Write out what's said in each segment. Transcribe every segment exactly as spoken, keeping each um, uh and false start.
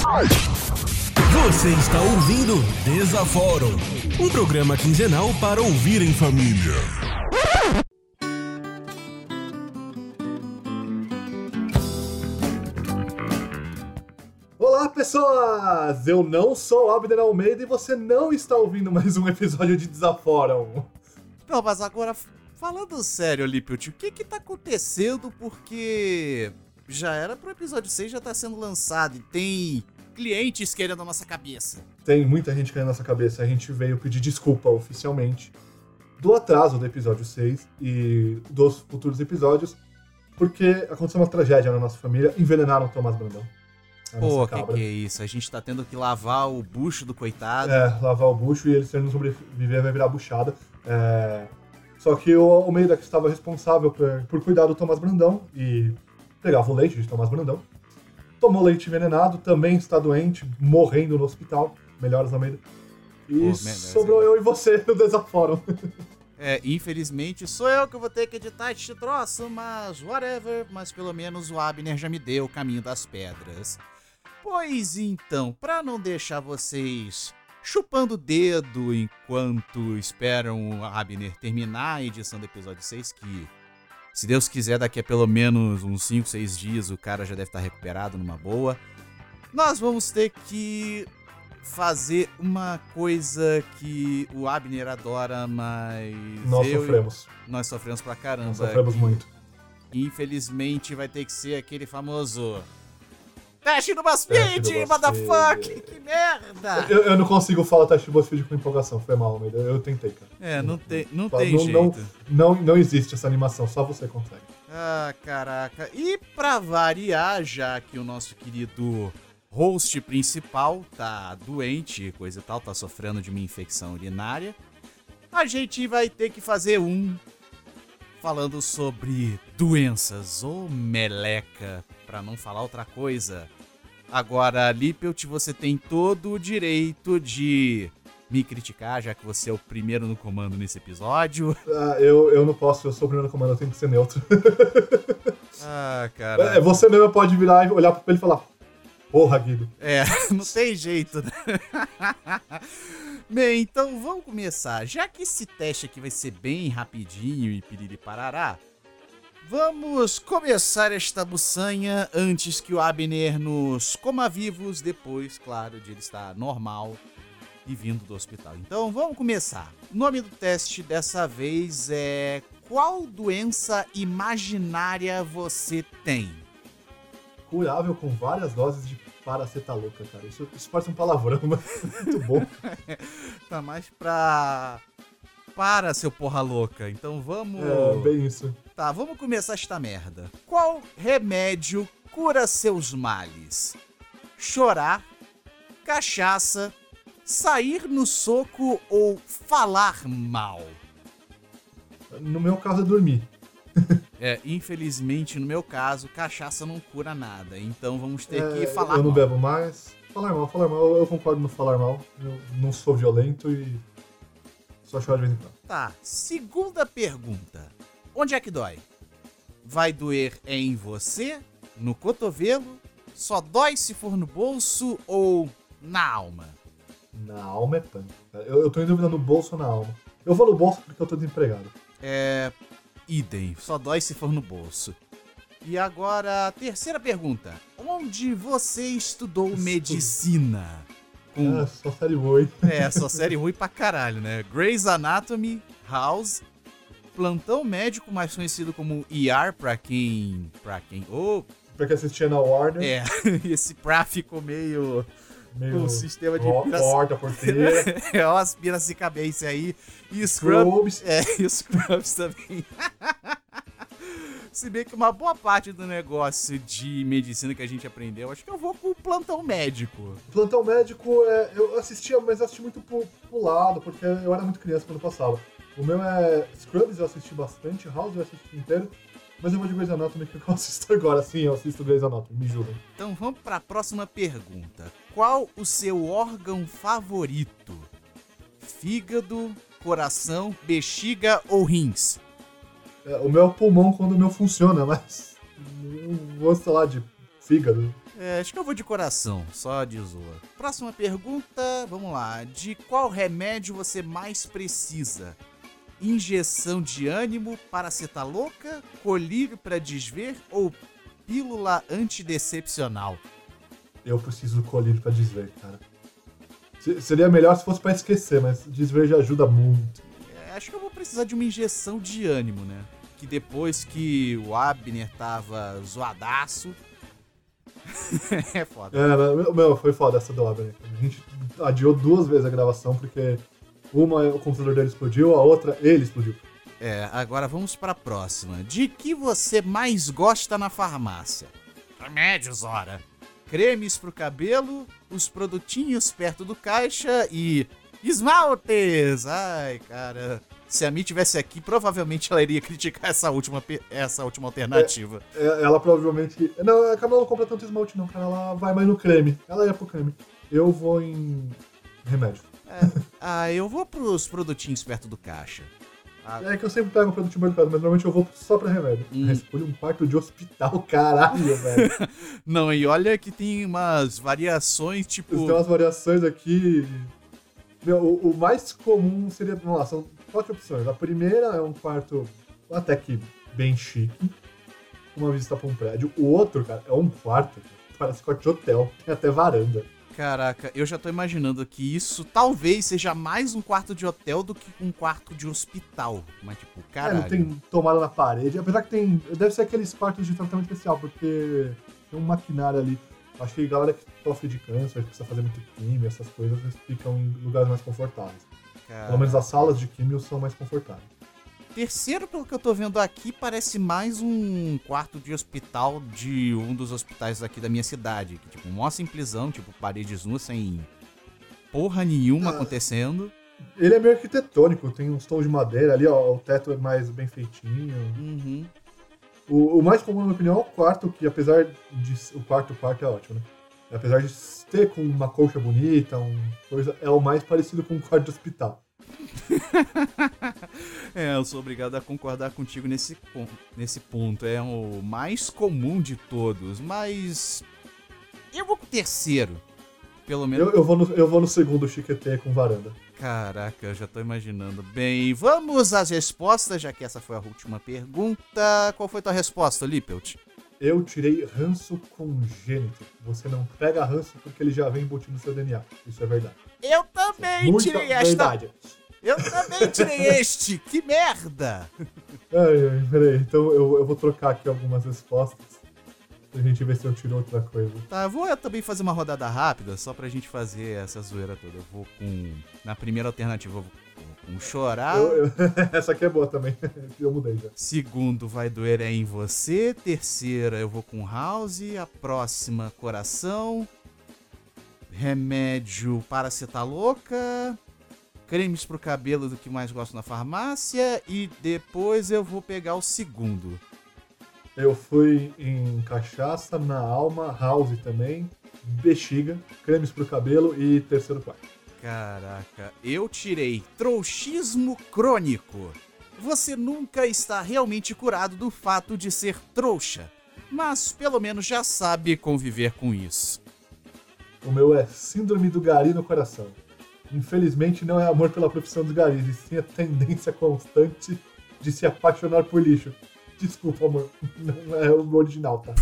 Você está ouvindo Desaforo, um programa quinzenal para ouvir em família. Olá, pessoas! Eu não sou Abner Almeida e você não está ouvindo mais um episódio de Desaforo. Não, mas agora, falando sério, Lippelt, o que que tá acontecendo? Porque já era pro episódio seis, já tá sendo lançado e tem clientes querendo a nossa cabeça. Tem muita gente querendo a nossa cabeça. A gente veio pedir desculpa oficialmente do atraso do episódio seis e dos futuros episódios, porque aconteceu uma tragédia na nossa família, envenenaram o Tomás Brandão. Pô, que que é isso? A gente tá tendo que lavar o bucho do coitado. É, lavar o bucho e ele, se ele não sobreviver, vai virar buchada. É... Só que o Almeida, que estava responsável por, por cuidar do Tomás Brandão e pegava o leite de Tomás Brandão, tomou leite envenenado, também está doente, morrendo no hospital. Melhoras, Almeida. E Pô, sobrou eu e você no Desaforo. É, infelizmente sou eu que vou ter que editar este troço, mas whatever, mas pelo menos o Abner já me deu o caminho das pedras. Pois então, pra não deixar vocês chupando o dedo enquanto esperam o Abner terminar a edição do episódio seis, que, se Deus quiser, daqui a pelo menos uns cinco, seis dias o cara já deve estar recuperado numa boa, nós vamos ter que fazer uma coisa que o Abner adora, mas nós eu sofremos. Nós sofremos pra caramba. Nós sofremos muito. Infelizmente vai ter que ser aquele famoso teste do BuzzFeed, motherfucker! Que merda! Eu, eu não consigo falar teste do BuzzFeed com empolgação, foi mal, Almeida. Eu tentei, cara. É, não tem, não não, tem não, jeito. Não, não, não existe essa animação, só você consegue. Ah, caraca. E pra variar, já que o nosso querido host principal tá doente, coisa e tal, tá sofrendo de uma infecção urinária, a gente vai ter que fazer um falando sobre doenças ou meleca, pra não falar outra coisa. Agora, Lippelt, você tem todo o direito de me criticar, já que você é o primeiro no comando nesse episódio. Ah, eu, eu não posso, eu sou o primeiro no comando, eu tenho que ser neutro. Ah, cara. É, você mesmo pode virar e olhar pra ele e falar: porra, Guido. É, não tem jeito, né? Bem, então vamos começar. Já que esse teste aqui vai ser bem rapidinho e piriri parará, vamos começar esta buçanha antes que o Abner nos coma vivos, depois, claro, de ele estar normal e vindo do hospital. Então vamos começar. O nome do teste dessa vez é: qual doença imaginária você tem? Curável com várias doses de paracetalouca, cara. Isso, isso parece um palavrão, mas é muito bom. Tá mais pra... Para, seu porra louca. Então vamos... É, bem isso. Tá, vamos começar esta merda. Qual remédio cura seus males? Chorar, cachaça, sair no soco ou falar mal? No meu caso é dormir. É, infelizmente, no meu caso, cachaça não cura nada. Então vamos ter é, que falar mal. Eu não mal. bebo mais. Falar mal, falar mal. Eu concordo no falar mal. Eu não sou violento e só choro de vez em quando. Tá, segunda pergunta. Onde é que dói? Vai doer em você? No cotovelo? Só dói se for no bolso ou na alma? Na alma é punk. Eu, eu tô em dúvida no bolso ou na alma. Eu vou no bolso porque eu tô desempregado. É... idem, só dói se for no bolso. E agora, terceira pergunta. Onde você estudou medicina? Com... Ah, só série ruim. É, só série ruim pra caralho, né? Grey's Anatomy, House, Plantão Médico, mais conhecido como E R pra quem... Pra quem... Oh, pra quem assistia na Warner. É, esse pra ficou meio... meio um sistema de porta, porteira. É, ó, as piracicabeice aí. E Scrubs. É, e Scrubs também. Se bem que uma boa parte do negócio de medicina que a gente aprendeu, acho que eu vou com o Plantão Médico. Plantão Médico, é, eu assistia, mas eu assisti muito pro, pro lado, porque eu era muito criança quando passava. O meu é Scrubs, eu assisti bastante, House eu assisti inteiro. Mas eu vou de Grey's Anatomy que eu assisto agora. Sim, eu assisto Grey's Anatomy, me julguem. Então vamos para a próxima pergunta. Qual o seu órgão favorito? Fígado, coração, bexiga ou rins? É, o meu é o pulmão quando o meu funciona, mas eu gosto lá de fígado. É, acho que eu vou de coração, só de zoa. Próxima pergunta, vamos lá. De qual remédio você mais precisa? Injeção de ânimo, paracetalouca, colírio pra desver ou pílula antidecepcional? Eu preciso do colírio pra desver, cara. Se- Seria melhor se fosse pra esquecer, mas desver já ajuda muito. É, acho que eu vou precisar de uma injeção de ânimo, né? Que depois que o Abner tava zoadaço... é foda. É, meu, meu, foi foda essa do Abner. A gente adiou duas vezes a gravação, porque uma o computador dele explodiu, a outra ele explodiu. É, agora vamos pra próxima. De que você mais gosta na farmácia? Remédios, ora. Cremes pro cabelo, os produtinhos perto do caixa e esmaltes. Ai, cara. Se a Mi tivesse aqui, provavelmente ela iria criticar essa última, pe- essa última alternativa. É, ela provavelmente. Não, a Camila não compra tanto esmalte, não, cara. Ela vai mais no creme. Ela ia pro creme. Eu vou em remédio. É, ah, eu vou pros produtinhos perto do caixa. Ah, É que eu sempre pego um produto de mercado, mas normalmente eu vou só pra remédio. Hum. Escolhi um quarto de hospital, caralho, velho. não, e olha que tem umas variações, tipo... Tem umas variações aqui. Meu, o, o mais comum seria. Vamos lá, são quatro opções. A primeira é um quarto até que bem chique, com uma vista pra um prédio. O outro, cara, é um quarto, parece quarto de hotel, tem até varanda. Caraca, eu já tô imaginando que isso talvez seja mais um quarto de hotel do que um quarto de hospital. Mas, tipo, É, caralho. não tem tomada na parede, apesar que tem. Deve ser aqueles quartos de tratamento especial, porque tem um maquinário ali. Acho que a galera que sofre de câncer, que precisa fazer muito químio, essas coisas, eles ficam em lugares mais confortáveis. Cara. Pelo menos as salas de químio são mais confortáveis. Terceiro, pelo que eu tô vendo aqui, parece mais um quarto de hospital de um dos hospitais aqui da minha cidade. Que, tipo, mó simplesão, tipo, paredes nuas sem porra nenhuma Ah. acontecendo. Ele é meio arquitetônico, tem uns tons de madeira ali, ó, o teto é mais bem feitinho. Uhum. O, o mais comum, na minha opinião, é o quarto, que apesar de... O quarto, o quarto é ótimo, né? Apesar de ter com uma colcha bonita, um coisa, é o mais parecido com um quarto de hospital. É, eu sou obrigado a concordar contigo nesse, pon- nesse ponto. É o mais comum de todos, mas... Eu vou com o terceiro. Pelo menos... Eu, eu, vou no, eu vou no segundo chiquetê com varanda. Caraca, eu já tô imaginando. Bem, vamos às respostas, já que essa foi a última pergunta. Qual foi tua resposta, Lippelt? Eu tirei ranço congênito. Você não pega ranço porque ele já vem embutido no seu D N A. Isso é verdade. Eu também Muita tirei esta. verdade. Eu também tirei este. Que merda! Ai, ai, peraí. Então eu, eu vou trocar aqui algumas respostas. Pra gente ver se eu tiro outra coisa. Tá, eu vou também fazer uma rodada rápida, só pra gente fazer essa zoeira toda. Eu vou com... Na primeira alternativa, eu vou com chorar. Eu- eu- Essa aqui é boa também. Eu mudei já. Segundo, vai doer é em você. Terceira, eu vou com House. A próxima, coração. Remédio paracetalouca. Cremes pro cabelo do que mais gosto na farmácia. E depois eu vou pegar o segundo. Eu fui em cachaça, na alma, house também, bexiga, cremes pro cabelo e terceiro quarto. Caraca, eu tirei trouxismo crônico. Você nunca está realmente curado do fato de ser trouxa, mas pelo menos já sabe conviver com isso. O meu é síndrome do gari no coração. Infelizmente não é amor pela profissão dos garis, e sim a tendência constante de se apaixonar por lixo. Desculpa, amor. Não é o original, tá?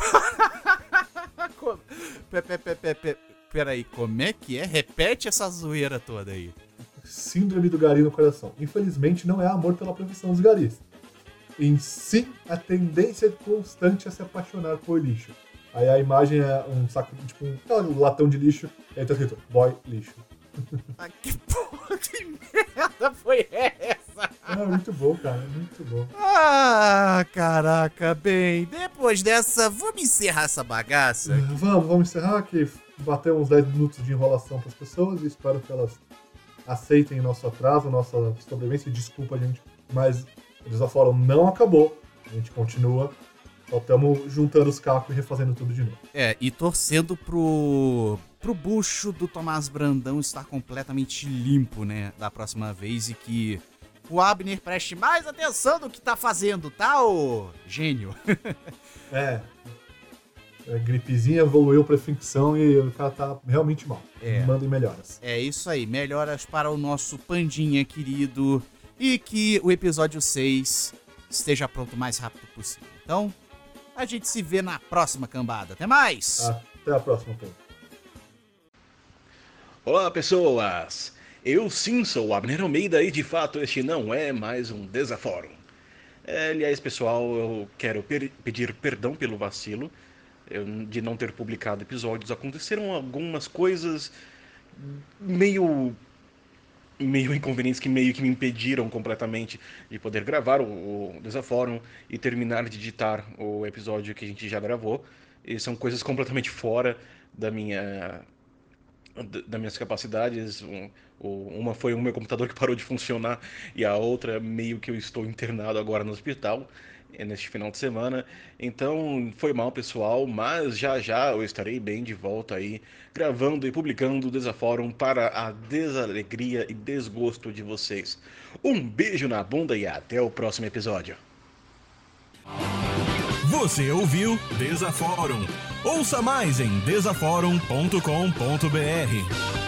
Pe- pe- pe- pe- pe- Peraí, como é que é? Repete essa zoeira toda aí. Síndrome do gari no coração. Infelizmente não é amor pela profissão dos garis. Em sim, a tendência constante a se apaixonar por lixo. Aí a imagem é um saco, tipo um, um latão de lixo, e aí tá escrito, boy lixo. Ah, que porra, que merda foi essa? É muito bom, cara, é muito bom. Ah, caraca, bem, depois dessa, vamos encerrar essa bagaça? Vamos, vamos encerrar aqui, bater uns dez minutos de enrolação pras pessoas e espero que elas aceitem nosso atraso, nossa sobrevivência. Desculpa, gente, mas o desaforo não acabou. A gente continua. Só estamos juntando os cacos e refazendo tudo de novo. É, e torcendo pro, pro bucho do Tomás Brandão estar completamente limpo, né, da próxima vez e que o Abner preste mais atenção no que tá fazendo, tá, ô gênio? É. a gripezinha evoluiu pra infecção e o cara tá realmente mal. É. Mandem melhoras. É isso aí, melhoras para o nosso Pandinha querido e que o episódio seis esteja pronto o mais rápido possível. Então, a gente se vê na próxima cambada. Até mais! Até a próxima, Pô. Olá, pessoas! Eu sim sou o Abner Almeida e de fato este não é mais um Desaforo. É, aliás, pessoal, eu quero per- pedir perdão pelo vacilo eu, de não ter publicado episódios. Aconteceram algumas coisas meio meio inconvenientes que meio que me impediram completamente de poder gravar o, o Desafórum e terminar de editar o episódio que a gente já gravou. E são coisas completamente fora da minha das minhas capacidades. Um, uma foi o meu computador que parou de funcionar e a outra meio que eu estou internado agora no hospital neste final de semana. Então foi mal, pessoal, mas já já eu estarei bem de volta aí gravando e publicando o Desafórum para a desalegria e desgosto de vocês. Um beijo na bunda e até o próximo episódio. Você ouviu Desafórum. Ouça mais em desafórum ponto com ponto br.